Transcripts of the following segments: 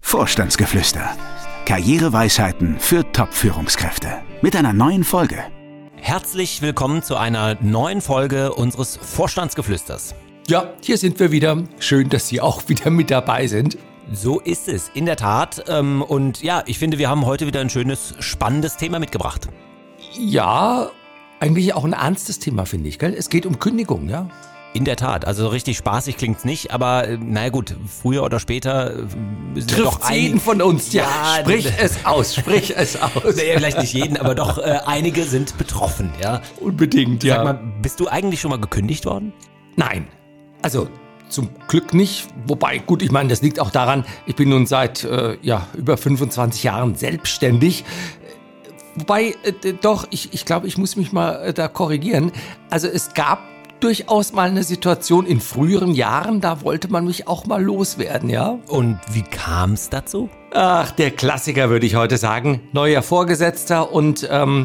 Vorstandsgeflüster. Karriereweisheiten für Top-Führungskräfte. Mit einer neuen Folge. Herzlich willkommen zu einer neuen Folge unseres Vorstandsgeflüsters. Ja, hier sind wir wieder. Schön, dass Sie auch wieder mit dabei sind. So ist es, in der Tat. Und ja, ich finde, wir haben heute wieder ein schönes, spannendes Thema mitgebracht. Ja, eigentlich auch ein ernstes Thema, finde ich, gell? Es geht um Kündigung, ja? In der Tat, also richtig spaßig klingt's nicht, aber naja gut, früher oder später müssen wir doch jeden von uns, ja. Sprich es aus. Naja, vielleicht nicht jeden, aber doch einige sind betroffen, ja. Unbedingt, ja. Sag mal, bist du eigentlich schon mal gekündigt worden? Nein, also zum Glück nicht. Wobei, gut, ich meine, das liegt auch daran, ich bin nun seit über 25 Jahren selbstständig. Wobei, ich glaube, ich muss mich mal da korrigieren. Also es gab durchaus mal eine Situation in früheren Jahren, da wollte man mich auch mal loswerden, ja? Und wie kam es dazu? Ach, der Klassiker, würde ich heute sagen. Neuer Vorgesetzter und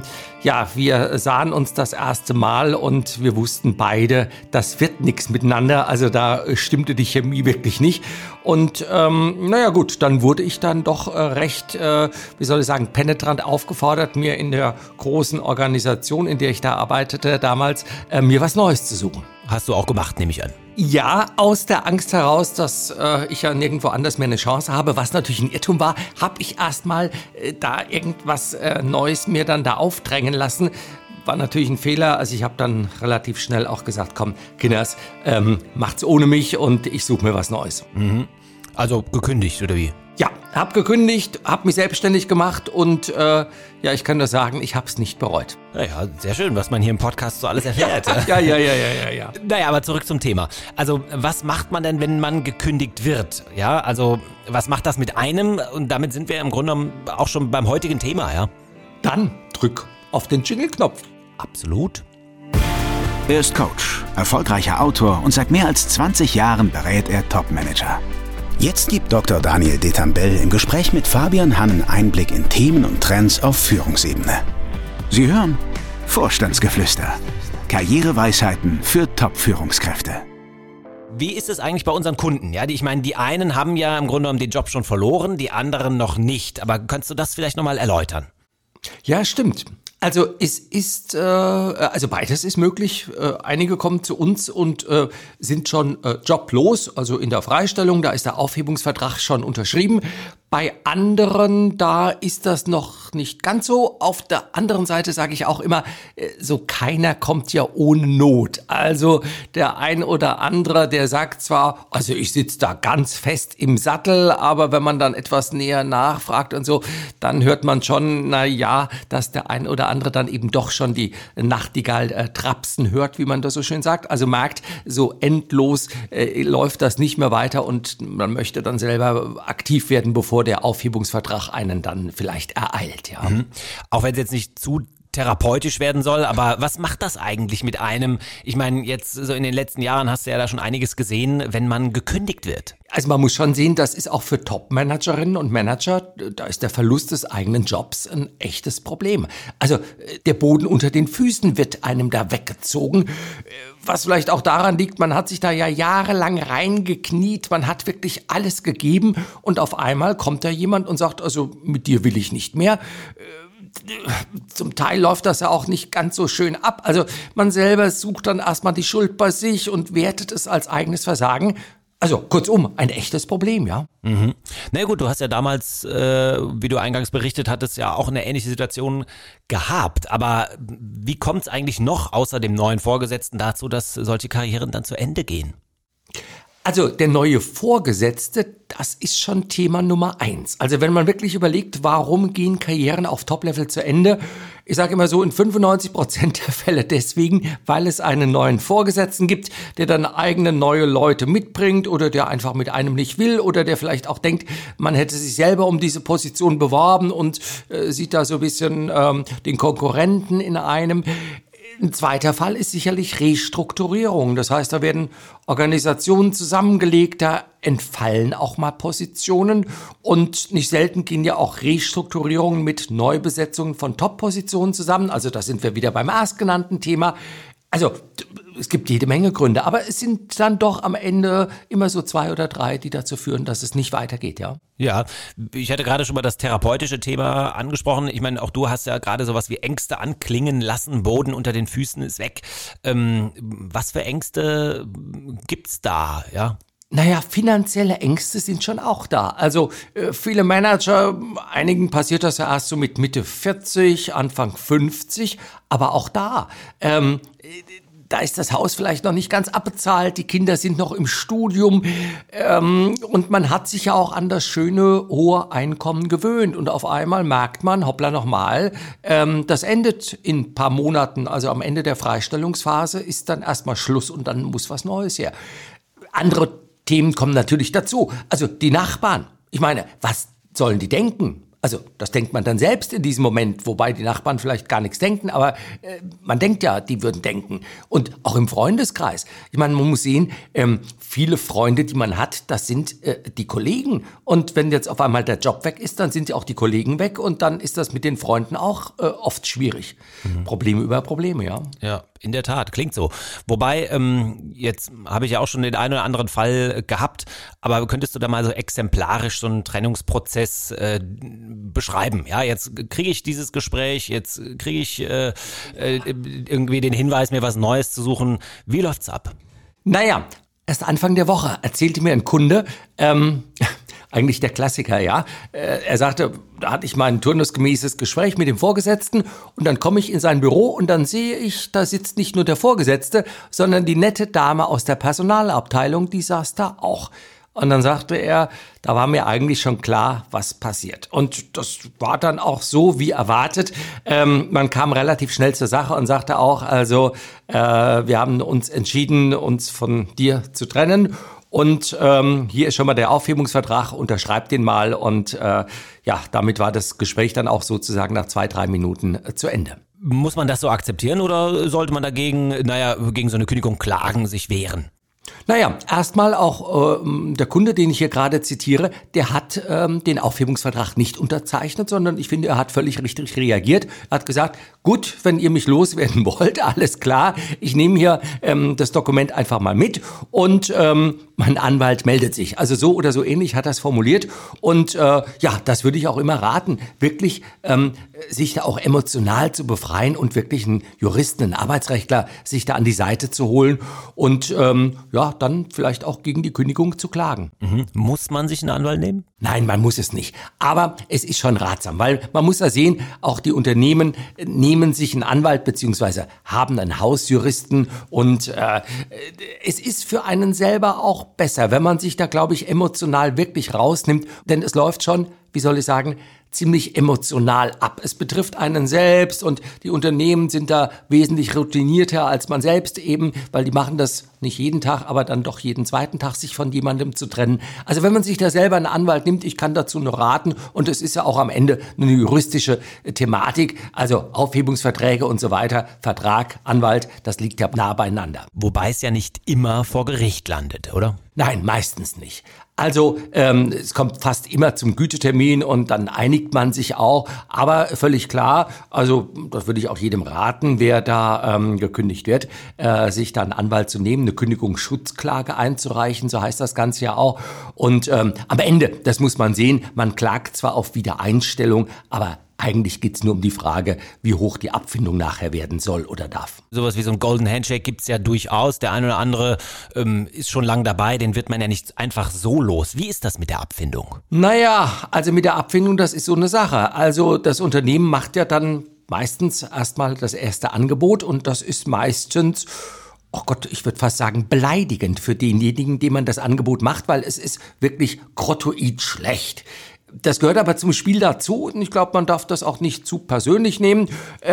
wir sahen uns das erste Mal und wir wussten beide, das wird nichts miteinander. Also da stimmte die Chemie wirklich nicht. Und dann wurde ich dann doch recht, penetrant aufgefordert, mir in der großen Organisation, in der ich da arbeitete damals, mir was Neues zu suchen. Hast du auch gemacht, nehme ich an. Ja, aus der Angst heraus, dass ich ja nirgendwo anders mehr eine Chance habe, was natürlich ein Irrtum war, habe ich erstmal da irgendwas Neues mir dann da aufdrängen lassen. War natürlich ein Fehler, also ich habe dann relativ schnell auch gesagt, komm, Kinders, macht's ohne mich und ich suche mir was Neues. Mhm. Also gekündigt, oder wie? Ja, habe gekündigt, habe mich selbstständig gemacht und ich kann nur sagen, ich habe es nicht bereut. Naja, sehr schön, was man hier im Podcast so alles erfährt. Ja. Naja, aber zurück zum Thema. Also, was macht man denn, wenn man gekündigt wird? Ja, also, was macht das mit einem? Und damit sind wir im Grunde genommen auch schon beim heutigen Thema, ja? Dann drück auf den Jingle-Knopf. Absolut. Er ist Coach, erfolgreicher Autor und seit mehr als 20 Jahren berät er Top-Manager. Jetzt gibt Dr. Daniel Detambell im Gespräch mit Fabian Hannen Einblick in Themen und Trends auf Führungsebene. Sie hören Vorstandsgeflüster. Karriereweisheiten für Top-Führungskräfte. Wie ist es eigentlich bei unseren Kunden? Ja, ich meine, die einen haben ja im Grunde genommen den Job schon verloren, die anderen noch nicht. Aber kannst du das vielleicht nochmal erläutern? Ja, stimmt. Also es ist, beides ist möglich. Einige kommen zu uns und sind schon joblos, also in der Freistellung, da ist der Aufhebungsvertrag schon unterschrieben. Bei anderen, da ist das noch nicht ganz so. Auf der anderen Seite sage ich auch immer, so keiner kommt ja ohne Not. Also der ein oder andere, der sagt zwar, also ich sitze da ganz fest im Sattel, aber wenn man dann etwas näher nachfragt und so, dann hört man schon, dass der ein oder andere dann eben doch schon die Nachtigall trapsen hört, wie man das so schön sagt. Also merkt, so endlos läuft das nicht mehr weiter und man möchte dann selber aktiv werden, bevor der Aufhebungsvertrag einen dann vielleicht ereilt, ja. Mhm. Auch wenn es jetzt nicht zu therapeutisch werden soll, aber was macht das eigentlich mit einem? Ich meine, jetzt so in den letzten Jahren hast du ja da schon einiges gesehen, wenn man gekündigt wird. Also man muss schon sehen, das ist auch für Top-Managerinnen und Manager, da ist der Verlust des eigenen Jobs ein echtes Problem. Also der Boden unter den Füßen wird einem da weggezogen, was vielleicht auch daran liegt, man hat sich da ja jahrelang reingekniet, man hat wirklich alles gegeben und auf einmal kommt da jemand und sagt, also mit dir will ich nicht mehr. Zum Teil läuft das ja auch nicht ganz so schön ab. Also man selber sucht dann erstmal die Schuld bei sich und wertet es als eigenes Versagen. Also kurzum, ein echtes Problem, ja. Mhm. Na gut, du hast ja damals, wie du eingangs berichtet hattest, ja auch eine ähnliche Situation gehabt. Aber wie kommt es eigentlich noch außer dem neuen Vorgesetzten dazu, dass solche Karrieren dann zu Ende gehen? Also der neue Vorgesetzte, das ist schon Thema Nummer 1. Also wenn man wirklich überlegt, warum gehen Karrieren auf Top-Level zu Ende? Ich sage immer so, in 95% der Fälle deswegen, weil es einen neuen Vorgesetzten gibt, der dann eigene neue Leute mitbringt oder der einfach mit einem nicht will oder der vielleicht auch denkt, man hätte sich selber um diese Position beworben und sieht da so ein bisschen den Konkurrenten in einem. Ein zweiter Fall ist sicherlich Restrukturierung. Das heißt, da werden Organisationen zusammengelegt, da entfallen auch mal Positionen und nicht selten gehen ja auch Restrukturierungen mit Neubesetzungen von Top-Positionen zusammen. Also da sind wir wieder beim erstgenannten Thema. Also es gibt jede Menge Gründe, aber es sind dann doch am Ende immer so 2 oder 3, die dazu führen, dass es nicht weitergeht, ja. Ja, ich hatte gerade schon mal das therapeutische Thema angesprochen. Ich meine, auch du hast ja gerade sowas wie Ängste anklingen lassen, Boden unter den Füßen ist weg. Was für Ängste gibt's da, ja? Naja, finanzielle Ängste sind schon auch da. Also viele Manager, einigen passiert das ja erst so mit Mitte 40, Anfang 50, aber auch da ist das Haus vielleicht noch nicht ganz abbezahlt, die Kinder sind noch im Studium und man hat sich ja auch an das schöne hohe Einkommen gewöhnt und auf einmal merkt man, hoppla nochmal, das endet in ein paar Monaten, also am Ende der Freistellungsphase ist dann erstmal Schluss und dann muss was Neues her. Andere Themen kommen natürlich dazu, also die Nachbarn, ich meine, was sollen die denken? Also das denkt man dann selbst in diesem Moment, wobei die Nachbarn vielleicht gar nichts denken, aber man denkt ja, die würden denken. Und auch im Freundeskreis. Ich meine, man muss sehen, viele Freunde, die man hat, das sind die Kollegen. Und wenn jetzt auf einmal der Job weg ist, dann sind ja auch die Kollegen weg und dann ist das mit den Freunden auch oft schwierig. Probleme über Probleme, ja. Ja, in der Tat, klingt so. Wobei, jetzt habe ich ja auch schon den einen oder anderen Fall gehabt, aber könntest du da mal so exemplarisch so einen Trennungsprozess beschreiben? Ja, jetzt kriege ich dieses Gespräch, jetzt kriege ich irgendwie den Hinweis, mir was Neues zu suchen. Wie läuft's ab? Naja, erst Anfang der Woche erzählte mir ein Kunde, eigentlich der Klassiker, ja. Er sagte, da hatte ich mein turnusgemäßes Gespräch mit dem Vorgesetzten und dann komme ich in sein Büro und dann sehe ich, da sitzt nicht nur der Vorgesetzte, sondern die nette Dame aus der Personalabteilung, die saß da auch. Und dann sagte er, da war mir eigentlich schon klar, was passiert. Und das war dann auch so wie erwartet. Man kam relativ schnell zur Sache und sagte auch, also wir haben uns entschieden, uns von dir zu trennen. Und hier ist schon mal der Aufhebungsvertrag, unterschreib den mal. Und damit war das Gespräch dann auch sozusagen nach 2-3 Minuten zu Ende. Muss man das so akzeptieren oder sollte man dagegen, gegen so eine Kündigung klagen, sich wehren? Naja, erstmal auch der Kunde, den ich hier gerade zitiere, der hat den Aufhebungsvertrag nicht unterzeichnet, sondern ich finde, er hat völlig richtig reagiert. Er hat gesagt, gut, wenn ihr mich loswerden wollt, alles klar, ich nehme hier das Dokument einfach mal mit und mein Anwalt meldet sich. Also so oder so ähnlich hat er es formuliert und das würde ich auch immer raten, wirklich sich da auch emotional zu befreien und wirklich einen Juristen, einen Arbeitsrechtler sich da an die Seite zu holen und dann vielleicht auch gegen die Kündigung zu klagen. Muss man sich einen Anwalt nehmen? Nein, man muss es nicht. Aber es ist schon ratsam, weil man muss ja sehen, auch die Unternehmen nehmen sich einen Anwalt beziehungsweise haben einen Hausjuristen und es ist für einen selber auch besser, wenn man sich da, glaube ich, emotional wirklich rausnimmt, denn es läuft schon, wie soll ich sagen, ziemlich emotional ab. Es betrifft einen selbst und die Unternehmen sind da wesentlich routinierter als man selbst eben, weil die machen das nicht jeden Tag, aber dann doch jeden zweiten Tag, sich von jemandem zu trennen. Also wenn man sich da selber einen Anwalt nimmt, ich kann dazu nur raten und es ist ja auch am Ende eine juristische Thematik, also Aufhebungsverträge und so weiter, Vertrag, Anwalt, das liegt ja nah beieinander. Wobei es ja nicht immer vor Gericht landet, oder? Nein, meistens nicht. Also es kommt fast immer zum Gütetermin und dann einigt man sich auch, aber völlig klar, also das würde ich auch jedem raten, wer da gekündigt wird, sich da einen Anwalt zu nehmen, eine Kündigungsschutzklage einzureichen, so heißt das Ganze ja auch. Und am Ende, das muss man sehen, man klagt zwar auf Wiedereinstellung, aber eigentlich geht's nur um die Frage, wie hoch die Abfindung nachher werden soll oder darf. Sowas wie so ein Golden Handshake gibt's ja durchaus. Der eine oder andere ist schon lang dabei, den wird man ja nicht einfach so los. Wie ist das mit der Abfindung? Naja, also mit der Abfindung, das ist so eine Sache. Also das Unternehmen macht ja dann meistens erstmal das erste Angebot und das ist meistens, oh Gott, ich würde fast sagen, beleidigend für denjenigen, dem man das Angebot macht, weil es ist wirklich grottoid schlecht. Das gehört aber zum Spiel dazu und ich glaube, man darf das auch nicht zu persönlich nehmen.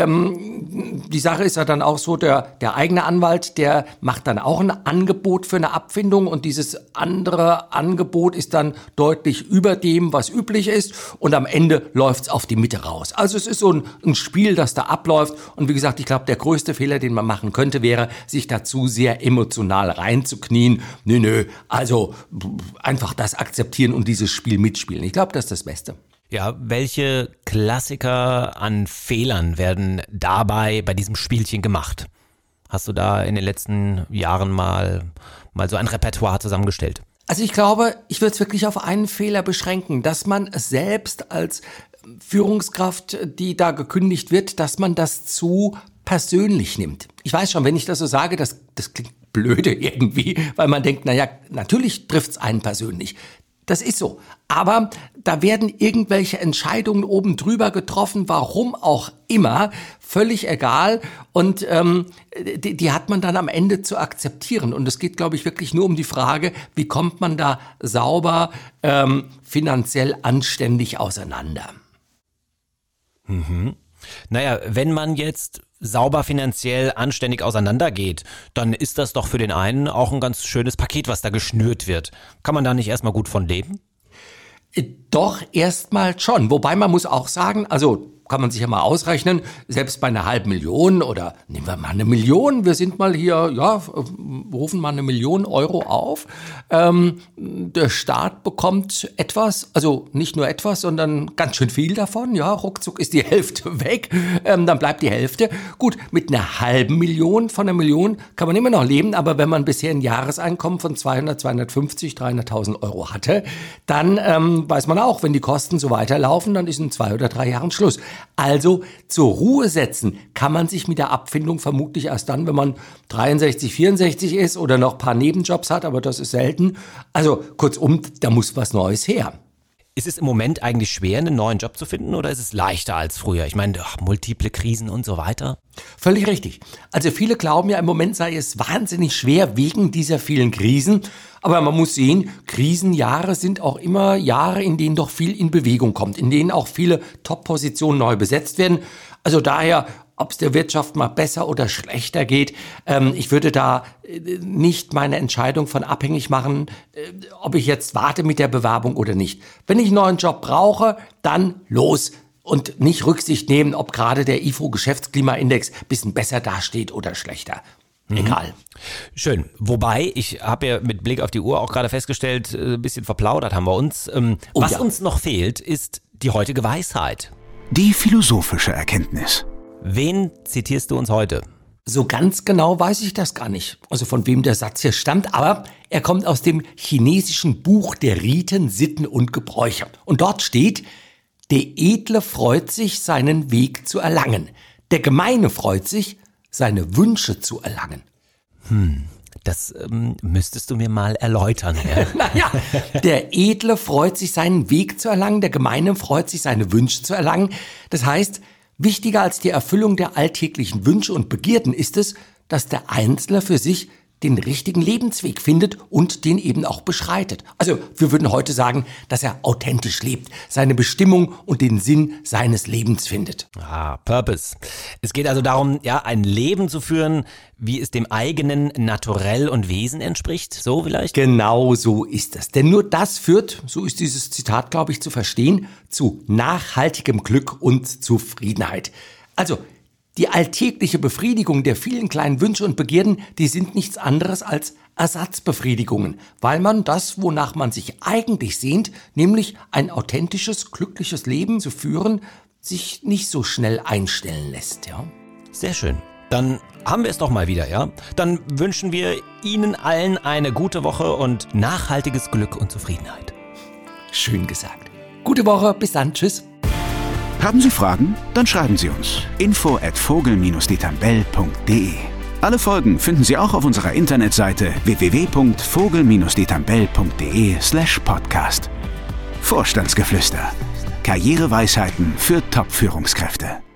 Die Sache ist ja dann auch so, der eigene Anwalt, der macht dann auch ein Angebot für eine Abfindung und dieses andere Angebot ist dann deutlich über dem, was üblich ist und am Ende läuft's auf die Mitte raus. Also es ist so ein Spiel, das da abläuft und wie gesagt, ich glaube, der größte Fehler, den man machen könnte, wäre, sich dazu sehr emotional reinzuknien. Nö, also einfach das akzeptieren und dieses Spiel mitspielen. Ich glaube, das Beste. Ja, welche Klassiker an Fehlern werden dabei bei diesem Spielchen gemacht? hast du da in den letzten Jahren mal so ein Repertoire zusammengestellt? Also ich glaube, ich würde es wirklich auf einen Fehler beschränken, dass man es selbst als Führungskraft, die da gekündigt wird, dass man das zu persönlich nimmt. Ich weiß schon, wenn ich das so sage, das klingt blöde irgendwie, weil man denkt, naja, natürlich trifft es einen persönlich. Das ist so. Aber da werden irgendwelche Entscheidungen oben drüber getroffen, warum auch immer, völlig egal. Und die hat man dann am Ende zu akzeptieren. Und es geht, glaube ich, wirklich nur um die Frage, wie kommt man da sauber, finanziell anständig auseinander? Mhm. Naja, wenn man jetzt sauber finanziell anständig auseinandergeht, dann ist das doch für den einen auch ein ganz schönes Paket, was da geschnürt wird. Kann man da nicht erstmal gut von leben? Doch, erstmal schon. Wobei man muss auch sagen, also kann man sich ja mal ausrechnen, selbst bei einer 500.000 oder nehmen wir mal 1 Million, wir sind mal hier, ja, rufen mal 1 Million Euro auf. Der Staat bekommt etwas, also nicht nur etwas, sondern ganz schön viel davon, ja, ruckzuck ist die Hälfte weg, dann bleibt die Hälfte. Gut, mit einer 500.000 von 1 Million kann man immer noch leben, aber wenn man bisher ein Jahreseinkommen von 200, 250, 300.000 Euro hatte, dann weiß man auch, wenn die Kosten so weiterlaufen, dann ist in 2 oder 3 Jahren Schluss. Also zur Ruhe setzen kann man sich mit der Abfindung vermutlich erst dann, wenn man 63, 64 ist oder noch ein paar Nebenjobs hat, aber das ist selten. Also kurzum, da muss was Neues her. Ist es im Moment eigentlich schwer, einen neuen Job zu finden oder ist es leichter als früher? Ich meine, multiple Krisen und so weiter. Völlig richtig. Also viele glauben ja, im Moment sei es wahnsinnig schwer wegen dieser vielen Krisen. Aber man muss sehen, Krisenjahre sind auch immer Jahre, in denen doch viel in Bewegung kommt, in denen auch viele Top-Positionen neu besetzt werden. Also daher, ob es der Wirtschaft mal besser oder schlechter geht, ich würde da nicht meine Entscheidung von abhängig machen, ob ich jetzt warte mit der Bewerbung oder nicht. Wenn ich einen neuen Job brauche, dann los. Und nicht Rücksicht nehmen, ob gerade der IFO-Geschäftsklimaindex ein bisschen besser dasteht oder schlechter. Egal. Schön. Wobei, ich habe ja mit Blick auf die Uhr auch gerade festgestellt, ein bisschen verplaudert haben wir uns. Was uns noch fehlt, ist die heutige Weisheit. Die philosophische Erkenntnis. Wen zitierst du uns heute? So ganz genau weiß ich das gar nicht, also von wem der Satz hier stammt, aber er kommt aus dem chinesischen Buch der Riten, Sitten und Gebräuche. Und dort steht: Der Edle freut sich, seinen Weg zu erlangen. Der Gemeine freut sich, seine Wünsche zu erlangen. Das müsstest du mir mal erläutern. Ja? Naja, der Edle freut sich, seinen Weg zu erlangen, der Gemeine freut sich, seine Wünsche zu erlangen. Das heißt, wichtiger als die Erfüllung der alltäglichen Wünsche und Begierden ist es, dass der Einzelne für sich den richtigen Lebensweg findet und den eben auch beschreitet. Also wir würden heute sagen, dass er authentisch lebt, seine Bestimmung und den Sinn seines Lebens findet. Purpose. Es geht also darum, ja, ein Leben zu führen, wie es dem eigenen Naturell und Wesen entspricht. So vielleicht? Genau so ist es. Denn nur das führt, so ist dieses Zitat, glaube ich, zu verstehen, zu nachhaltigem Glück und Zufriedenheit. Also die alltägliche Befriedigung der vielen kleinen Wünsche und Begierden, die sind nichts anderes als Ersatzbefriedigungen, weil man das, wonach man sich eigentlich sehnt, nämlich ein authentisches, glückliches Leben zu führen, sich nicht so schnell einstellen lässt. Ja? Sehr schön. Dann haben wir es doch mal wieder, ja? Dann wünschen wir Ihnen allen eine gute Woche und nachhaltiges Glück und Zufriedenheit. Schön gesagt. Gute Woche, bis dann, tschüss. Haben Sie Fragen? Dann schreiben Sie uns. info@vogel-detambell.de. Alle Folgen finden Sie auch auf unserer Internetseite www.vogel-detambell.de/podcast. Vorstandsgeflüster. Karriereweisheiten für Top-Führungskräfte.